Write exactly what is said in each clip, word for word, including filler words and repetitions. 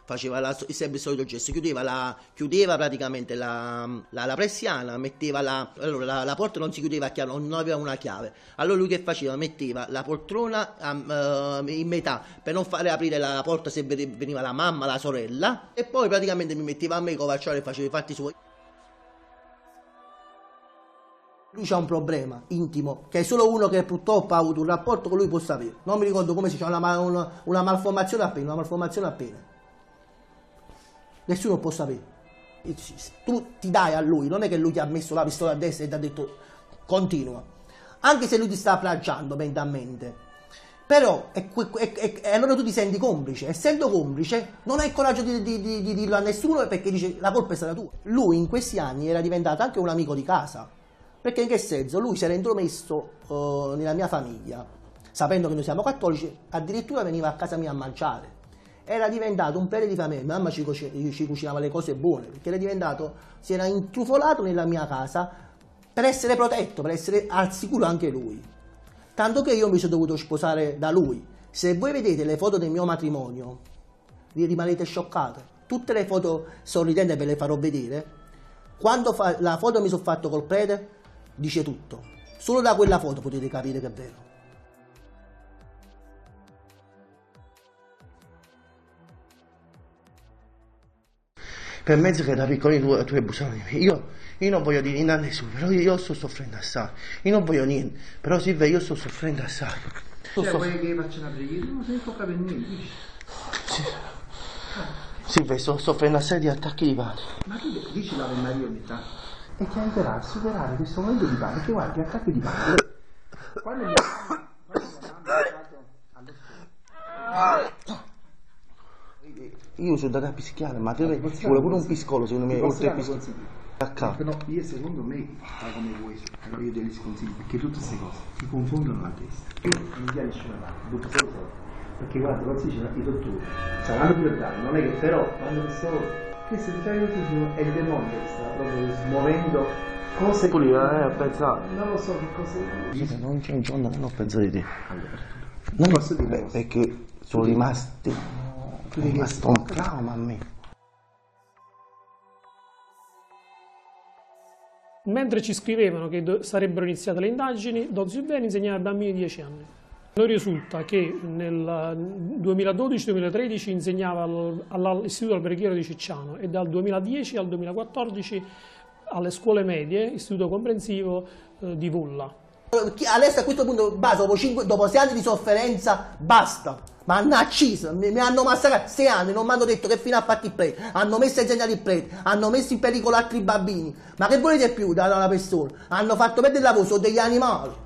faceva la, sempre il solito gesto, chiudeva, la, chiudeva praticamente la, la, la persiana, metteva la, allora la, la porta non si chiudeva a chiave, non aveva una chiave, allora lui che faceva? Metteva la poltrona um, in metà per non fare aprire la porta se veniva la mamma, la sorella, e poi praticamente mi metteva a me covacciare e faceva i fatti suoi. Lui c'ha un problema intimo, che è solo uno che purtroppo ha avuto un rapporto con lui può sapere. Non mi ricordo come si chiama, una, una, una malformazione appena, una malformazione appena. Nessuno può sapere. Tu ti dai a lui, non è che lui ti ha messo la pistola a destra e ti ha detto continua. Anche se lui ti sta plagiando mentalmente. Però, e, e, e allora tu ti senti complice. Essendo complice, non hai il coraggio di, di, di, di dirlo a nessuno perché dice la colpa è stata tua. Lui in questi anni era diventato anche un amico di casa. Perché in che senso? Lui si era intromesso uh, nella mia famiglia, sapendo che noi siamo cattolici, addirittura veniva a casa mia a mangiare. Era diventato un pere di famiglia, mia mamma ci, cuc ci cucinava le cose buone, perché era diventato, si era intrufolato nella mia casa per essere protetto, per essere al sicuro anche lui. Tanto che io mi sono dovuto sposare da lui. Se voi vedete le foto del mio matrimonio, vi rimanete scioccate. Tutte le foto sorridenti ve le farò vedere. Quando fa la foto mi sono fatto col prete, dice tutto. Solo da quella foto potete capire che è vero. Per mezzo che da piccolino tu, tu hai abusato di me. Io, io non voglio dire niente a nessuno, però io, io sto soffrendo assai. Io non voglio niente, però Silvia io sto soffrendo assai. Cioè soff... vuoi che faccia una preghiera? Non se ne può capire niente. Sì. Silvia, sto soffrendo assai di attacchi di pancia. Ma tu dici l'Ave Maria ogni tanto? E ti aiuterà a superare questo momento di pancia, perché guarda, gli attacchi di pancia. Quando mi ha io sono andato a pischiare, ma te ne ci vuole pure un piscolo secondo me, oltre a pischiare. No, io secondo me, fai come vuoi, però io te li sconsiglio, perché tutte queste cose ti confondono la testa. Io non mi dia nessuna parte, dopo solo perché guarda, quando si dice i dottori, saranno più bravi, non è che però, quando questo... Questo di fare è il demonio che sta proprio smuovendo cose pure io eh, ho pensato non lo so che cose sì, non c'è un giorno che non ho pensato di te allora, non posso dire perché sono rimasti no, è rimasto un trauma a me. Mentre ci scrivevano che sarebbero iniziate le indagini, Don Silveni insegnava ai bambini di dieci anni. Noi risulta che nel duemiladodici duemilatredici insegnava all'Istituto Alberghiero di Cicciano e dal duemiladieci al duemilaquattordici alle scuole medie, Istituto Comprensivo eh, di Vulla. Adesso a questo punto, basta, dopo, cinque, dopo sei anni di sofferenza, basta. Ma hanno acciso, mi, mi hanno massacrato sei anni, non mi hanno detto che fine ha fatto il prete, hanno messo a insegnare il prete, hanno messo in pericolo altri bambini. Ma che volete più da una persona? Hanno fatto perdere il lavoro, sono degli animali.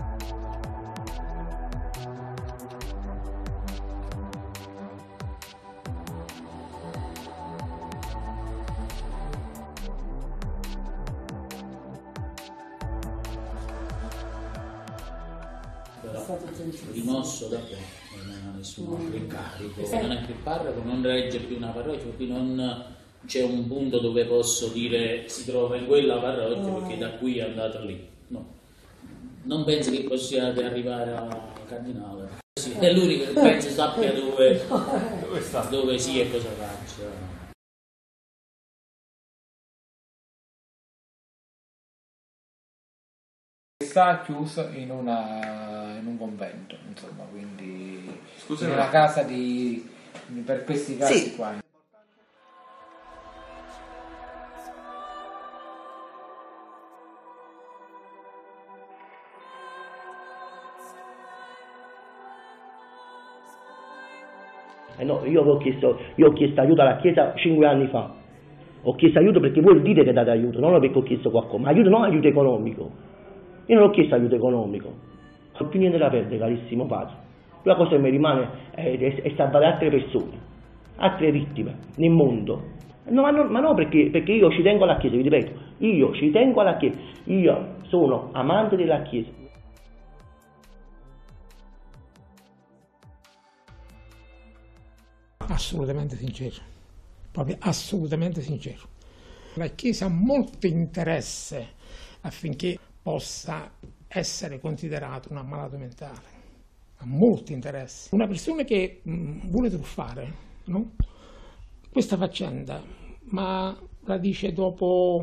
Rimosso da te, non ha nessun altro incarico, neanche il parroco, non regge più una parrocchia, qui non c'è un punto dove posso dire si trova in quella parrocchia perché da qui è andata lì. No, non penso che possiate arrivare a cardinale. Sì, è l'unico che penso sappia dove, dove, sta. dove sia e cosa faccia. Sta chiuso in, una, in un convento, insomma, quindi Scusa, in una casa di, per questi casi sì. Qua. Eh no, io ho chiesto, io ho chiesto aiuto alla Chiesa cinque anni fa. Ho chiesto aiuto perché voi dite che date aiuto, non perché ho chiesto qualcosa, ma aiuto non aiuto economico. Io non ho chiesto aiuto economico, non ho più niente da perdere, carissimo padre. La cosa che mi rimane è, è, è salvare altre persone, altre vittime nel mondo. No, ma, no, ma no, perché, perché io ci tengo alla Chiesa, vi ripeto, io ci tengo alla Chiesa, io sono amante della Chiesa. Assolutamente sincero, proprio assolutamente sincero. La Chiesa ha molto interesse affinché possa essere considerato un ammalato mentale, ha molto interesse. Una persona che mh, vuole truffare, no? questa faccenda, ma la dice dopo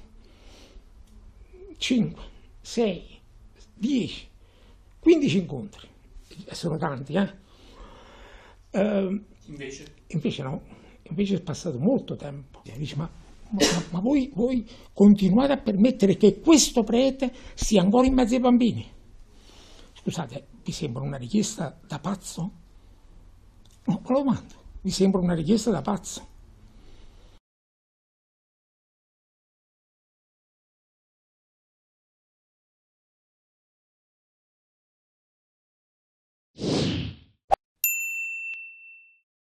cinque, sei, dieci, quindici incontri, sono tanti, eh? Eh, Invece? Invece no, invece è passato molto tempo. Dice, ma, ma, ma voi, voi continuate a permettere che questo prete sia ancora in mezzo ai bambini? Scusate, vi sembra una richiesta da pazzo? No, ve lo domando, vi sembra una richiesta da pazzo?